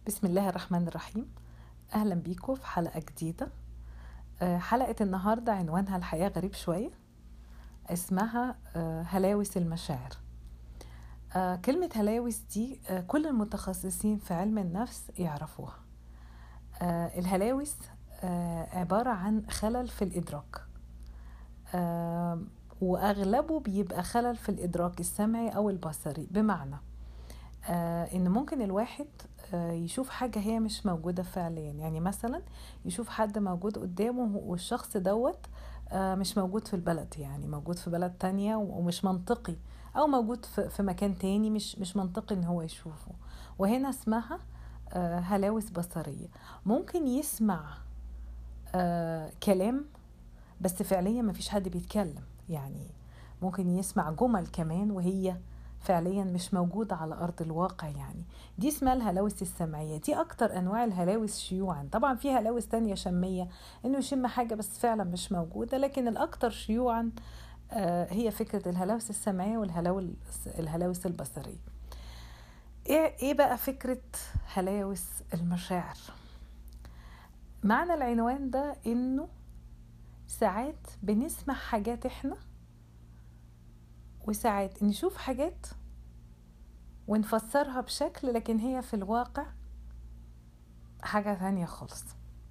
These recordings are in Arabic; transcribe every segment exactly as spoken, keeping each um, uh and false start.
بسم الله الرحمن الرحيم. أهلا بيكم في حلقة جديدة. آه، حلقة النهاردة عنوانها الحياة غريب شوية، اسمها آه، هلاوس المشاعر. آه، كلمة هلاوس دي آه، كل المتخصصين في علم النفس يعرفوها. آه، الهلاوس آه، عبارة عن خلل في الإدراك، آه، وأغلبه بيبقى خلل في الإدراك السمعي أو البصري، بمعنى آه ان ممكن الواحد آه يشوف حاجة هي مش موجودة فعليا. يعني مثلا يشوف حد موجود قدامه والشخص دوت آه مش موجود في البلد، يعني موجود في بلد تانية ومش منطقي، او موجود في, في مكان تاني مش مش منطقي ان هو يشوفه. وهنا اسمها آه هلاوس بصرية. ممكن يسمع آه كلام بس فعليا مفيش حد بيتكلم، يعني ممكن يسمع جمل كمان وهي فعليا مش موجودة على أرض الواقع. يعني دي اسمها الهلاوس السمعية. دي أكتر أنواع الهلاوس شيوعا. طبعا في هلاوس تانية شمية، إنه يشم حاجة بس فعلا مش موجودة، لكن الأكتر شيوعا هي فكرة الهلاوس السمعية والهلاوس البصرية. إيه بقى فكرة هلاوس المشاعر؟ معنى العنوان ده إنه ساعات بنسمع حاجات إحنا، وساعات نشوف حاجات ونفسرها بشكل، لكن هي في الواقع حاجة ثانية خالص.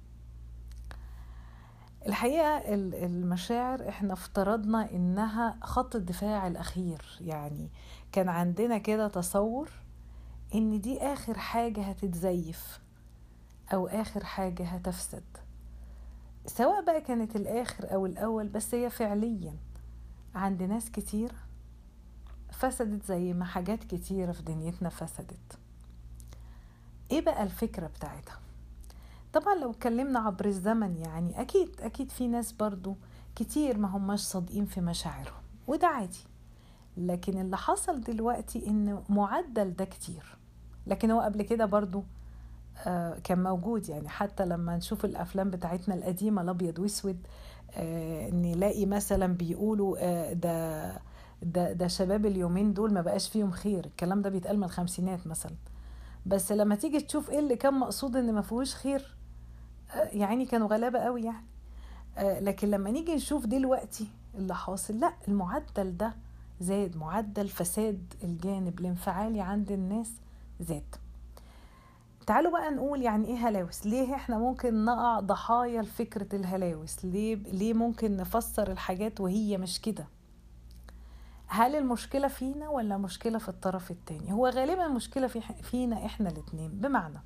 الحقيقة المشاعر احنا افترضنا انها خط الدفاع الاخير، يعني كان عندنا كده تصور ان دي اخر حاجة هتتزيف او اخر حاجة هتفسد، سواء بقى كانت الاخر او الاول، بس هي فعليا عند ناس كتير فسدت زي ما حاجات كتيرة في دنيتنا فسدت. ايه بقى الفكرة بتاعتها؟ طبعا لو اتكلمنا عبر الزمن، يعني اكيد اكيد في ناس برضو كتير ما هماش صادقين في مشاعرهم، وده عادي. لكن اللي حصل دلوقتي ان معدل ده كتير، لكن هو قبل كده برضو آه كان موجود. يعني حتى لما نشوف الافلام بتاعتنا القديمة الابيض واسود، آه نلاقي مثلا بيقولوا آه ده ده ده شباب اليومين دول ما بقاش فيهم خير. الكلام ده بيتقال من الخمسينات مثلا، بس لما تيجي تشوف ايه اللي كان مقصود ان ما فيهوش خير، يعني كانوا غلابة قوي يعني. آه لكن لما نيجي نشوف دلوقتي اللي حاصل، لا، المعدل ده زاد، معدل فساد الجانب الانفعالي عند الناس زاد. تعالوا بقى نقول يعني ايه هلاوس. ليه احنا ممكن نقع ضحايا لفكرة الهلاوس؟ ليه ليه ممكن نفسر الحاجات وهي مش كده؟ هل المشكلة فينا ولا مشكلة في الطرف التاني؟ هو غالبا المشكلة في فينا احنا الاتنين. بمعنى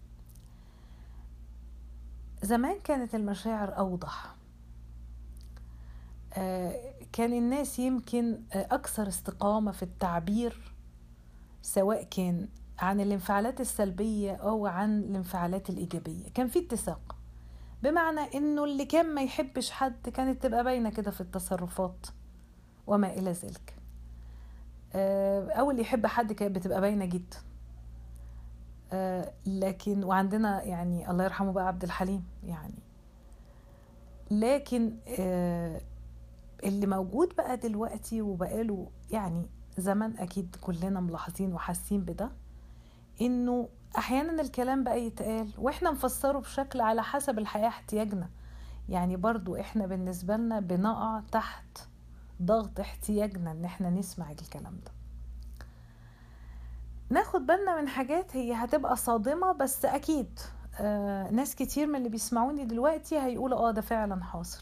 زمان كانت المشاعر أوضح، كان الناس يمكن أكثر استقامة في التعبير، سواء كان عن الانفعالات السلبية أو عن الانفعالات الإيجابية. كان في اتساق، بمعنى إنه اللي كان ما يحبش حد كانت تبقى باينة كده في التصرفات وما إلى ذلك، أو اللي يحب حد كانت بتبقى باينة جدا. لكن وعندنا يعني الله يرحمه بقى عبد الحليم يعني. لكن اللي موجود بقى دلوقتي وبقاله يعني زمان، اكيد كلنا ملاحظين وحاسين بده، انه احيانا الكلام بقى يتقال واحنا نفسره بشكل على حسب الحياة احتياجنا. يعني برضو احنا بالنسبة لنا بنقع تحت ضغط احتياجنا ان احنا نسمع الكلام ده. ناخد بالنا من حاجات هي هتبقى صادمة، بس اكيد آه ناس كتير من اللي بيسمعوني دلوقتي هيقولوا اه ده فعلا حاصل.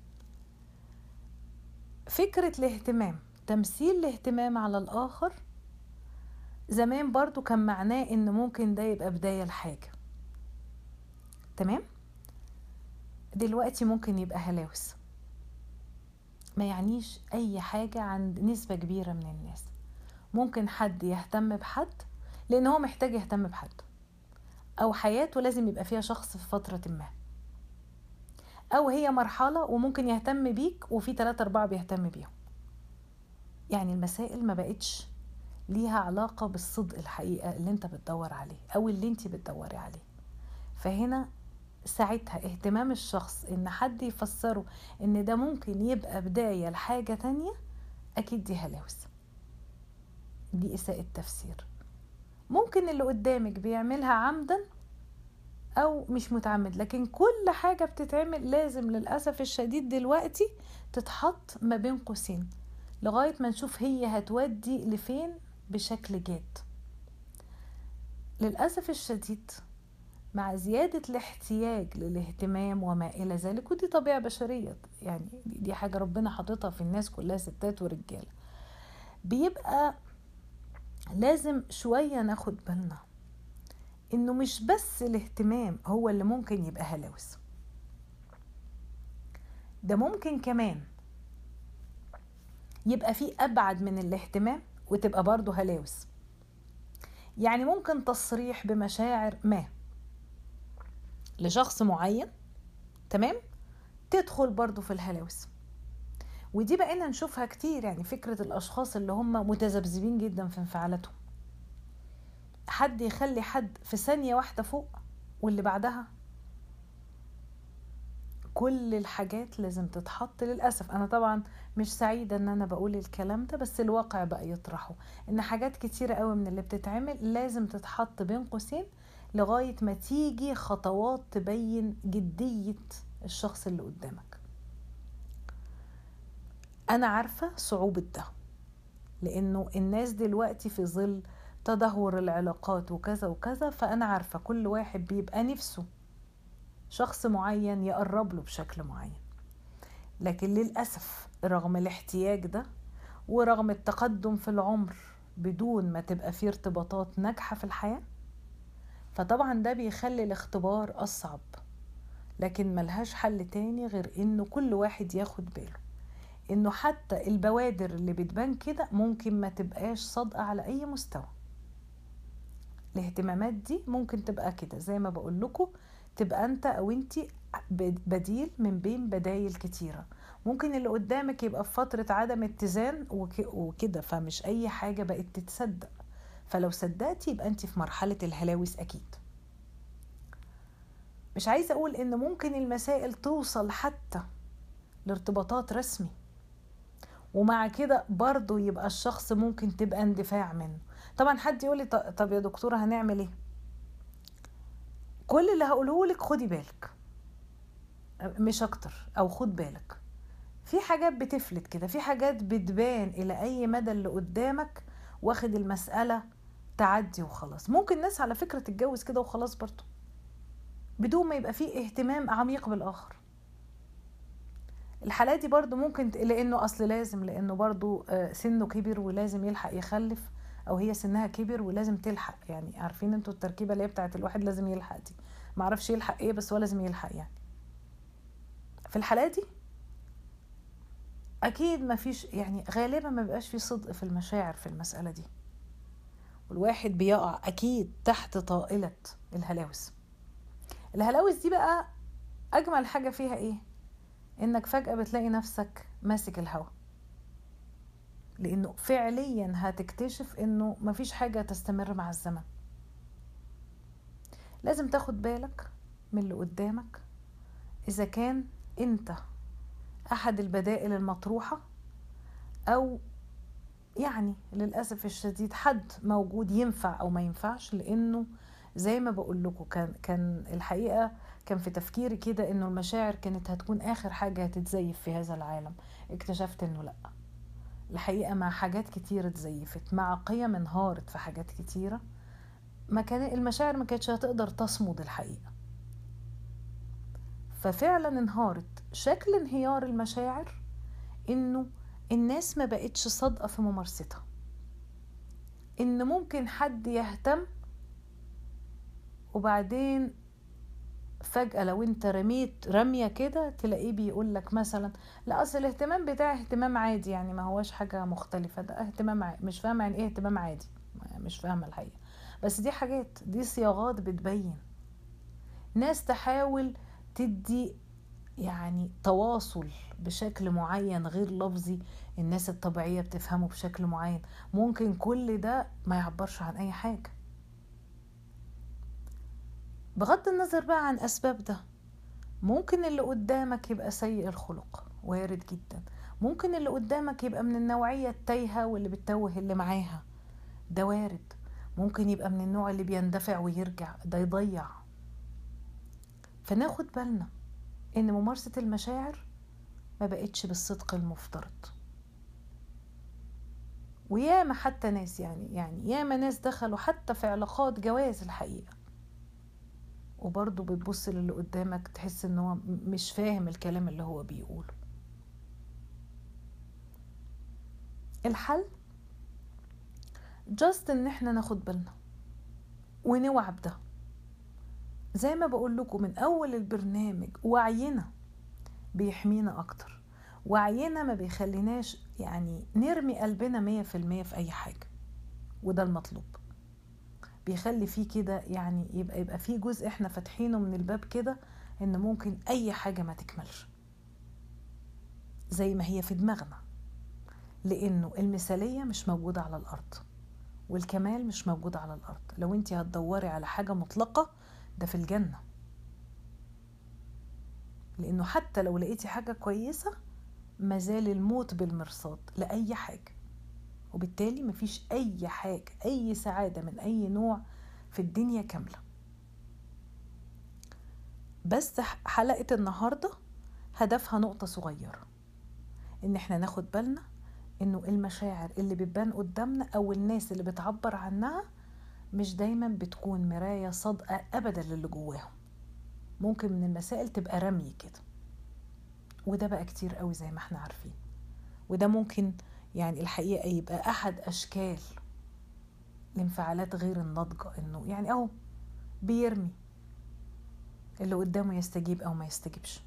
فكرة الاهتمام، تمثيل الاهتمام على الآخر، زمان برضو كان معناه ان ممكن ده يبقى بداية لحاجة، تمام؟ دلوقتي ممكن يبقى هلاوس، ما يعنيش اي حاجة عند نسبة كبيرة من الناس. ممكن حد يهتم بحد لان هو محتاج يهتم بحد، او حياته لازم يبقى فيها شخص في فترة ما، او هي مرحلة وممكن يهتم بيك وفي ثلاثة اربعة بيهتم بيهم. يعني المسائل ما بقتش ليها علاقة بالصدق الحقيقة اللي انت بتدور عليه او اللي انت بتدوري عليه. فهنا ساعتها اهتمام الشخص ان حد يفسره ان ده ممكن يبقى بداية لحاجة تانية، اكيد دي هلاوس، دي اساءة تفسير. ممكن اللي قدامك بيعملها عمدا او مش متعمد، لكن كل حاجة بتتعمل لازم للأسف الشديد دلوقتي تتحط ما بين قوسين لغاية ما نشوف هي هتودي لفين بشكل جاد. للأسف الشديد مع زيادة الاحتياج للاهتمام وما إلى ذلك، ودي طبيعة بشرية يعني، دي حاجة ربنا حاططها في الناس كلها ستات ورجالة، بيبقى لازم شوية ناخد بالنا إنه مش بس الاهتمام هو اللي ممكن يبقى هلاوس، ده ممكن كمان يبقى فيه أبعد من الاهتمام وتبقى برضو هلاوس. يعني ممكن تصريح بمشاعر ما لشخص معين، تمام، تدخل برضو في الهلاوس. ودي بقينا نشوفها كتير، يعني فكرة الأشخاص اللي هم متذبذبين جدا في انفعالاتهم، حد يخلي حد في ثانية واحدة فوق واللي بعدها. كل الحاجات لازم تتحط. للأسف أنا طبعا مش سعيدة أن أنا بقول الكلام ده، بس الواقع بقى يطرحه إن حاجات كتيرة قوي من اللي بتتعمل لازم تتحط بين قوسين لغاية ما تيجي خطوات تبين جدية الشخص اللي قدامك. أنا عارفة صعوبة ده، لأنه الناس دلوقتي في ظل تدهور العلاقات وكذا وكذا، فأنا عارفة كل واحد بيبقى نفسه شخص معين يقرب له بشكل معين، لكن للأسف رغم الاحتياج ده ورغم التقدم في العمر بدون ما تبقى فيه ارتباطات ناجحة في الحياة، فطبعا ده بيخلي الاختبار أصعب. لكن ملهاش حل تاني غير إنه كل واحد ياخد باله إنه حتى البوادر اللي بتبان كده ممكن ما تبقاش صادقة على أي مستوى. الاهتمامات دي ممكن تبقى كده زي ما بقول لكم، تبقى انت او انتي بديل من بين بدايل كتيرة. ممكن اللي قدامك يبقى في فترة عدم اتزان وكده، فمش اي حاجة بقت تتصدق، فلو صدقتي يبقى انتي في مرحلة الهلاوس اكيد. مش عايزة اقول ان ممكن المسائل توصل حتى لارتباطات رسمي، ومع كده برضو يبقى الشخص ممكن تبقى اندفاع منه. طبعا حد يقولي طب يا دكتورة هنعمل ايه؟ كل اللي هقوله لك خدي بالك مش اكتر، او خد بالك في حاجات بتفلت كده، في حاجات بتبان الى اي مدى اللي قدامك واخد المسألة تعدي وخلاص. ممكن ناس على فكرة تتجوز كده وخلاص برضو بدون ما يبقى فيه اهتمام عميق بالاخر. الحالات دي برضو ممكن لانه اصل لازم، لانه برضو سنه كبر ولازم يلحق يخلف، او هي سنها كبر ولازم تلحق. يعني عارفين انتوا التركيبة اللي هي بتاعت الواحد لازم يلحق دي، معرفش يلحق ايه بس هو لازم يلحق. يعني في الحالات دي اكيد ما فيش، يعني غالبا ما بيبقاش في صدق في المشاعر في المسألة دي، والواحد بيقع اكيد تحت طائلة الهلاوس. الهلاوس دي بقى اجمل حاجة فيها ايه؟ انك فجأة بتلاقي نفسك ماسك الهوا، لانه فعليا هتكتشف انه ما فيش حاجة تستمر مع الزمن. لازم تاخد بالك من اللي قدامك، اذا كان انت احد البدائل المطروحة، او يعني للأسف الشديد حد موجود ينفع او ما ينفعش. لانه زي ما بقول لكم كان كان الحقيقة كان في تفكيري كده انه المشاعر كانت هتكون اخر حاجة هتتزيف في هذا العالم. اكتشفت انه لا، الحقيقة مع حاجات كتيرة اتزيفت، مع قيم انهارت في حاجات كتيرة، ما كان المشاعر ما كانتش هتقدر تصمد الحقيقة. ففعلا انهارت. شكل انهيار المشاعر انه الناس ما بقتش صادقة في ممارستها، ان ممكن حد يهتم وبعدين فجأة لو انت رميت رمية كده تلاقيه بيقولك مثلا لا اصل الاهتمام بتاعي اهتمام عادي، يعني ما هواش حاجة مختلفة، ده اهتمام عادي. مش فاهمة يعني ايه اهتمام عادي، مش فاهمة الحقيقة. بس دي حاجات، دي صياغات بتبين. ناس تحاول تدي يعني تواصل بشكل معين غير لفظي، الناس الطبيعية بتفهمه بشكل معين، ممكن كل ده ما يعبرش عن اي حاجة. بغض النظر بقى عن اسباب ده، ممكن اللي قدامك يبقى سيء الخلق، وارد جدا. ممكن اللي قدامك يبقى من النوعية التايهة واللي بتتوه اللي معاها، ده وارد. ممكن يبقى من النوع اللي بيندفع ويرجع، ده يضيع. فناخد بالنا ان ممارسة المشاعر ما بقتش بالصدق المفترض. وياما حتى ناس يعني يعني ياما ناس دخلوا حتى في علاقات جواز الحقيقة، وبرضه بتبص للي قدامك تحس ان هو مش فاهم الكلام اللي هو بيقوله. الحل جاست ان احنا ناخد بالنا ونوعى بده. زي ما بقول لكم من اول البرنامج، وعينا بيحمينا اكتر، وعينا ما بيخليناش يعني نرمي قلبنا مية في المية في اي حاجة، وده المطلوب. بيخلي فيه كده يعني يبقى يبقى فيه جزء احنا فاتحينه من الباب كده، ان ممكن اي حاجة ما تكملش زي ما هي في دماغنا، لانه المثالية مش موجودة على الارض، والكمال مش موجود على الارض. لو انتي هتدوري على حاجة مطلقة ده في الجنة، لانه حتى لو لقيتي حاجة كويسة مازال الموت بالمرصاد لأي حاجة، وبالتالي مفيش اي حاجة اي سعادة من اي نوع في الدنيا كاملة. بس حلقة النهاردة هدفها نقطة صغيرة، ان احنا ناخد بالنا انه المشاعر اللي بتبان قدامنا او الناس اللي بتعبر عنها مش دايما بتكون مراية صادقة ابدا للي جواهم. ممكن من المسائل تبقى رمي كده، وده بقى كتير قوي زي ما احنا عارفين. وده ممكن يعني الحقيقة يبقى احد اشكال الانفعالات غير الناضجة، انه يعني اهو بيرمي اللي قدامه يستجيب او ما يستجيبش.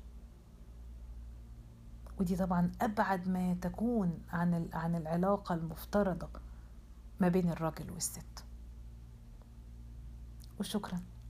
ودي طبعا ابعد ما تكون عن عن العلاقة المفترضة ما بين الراجل والست. وشكرا.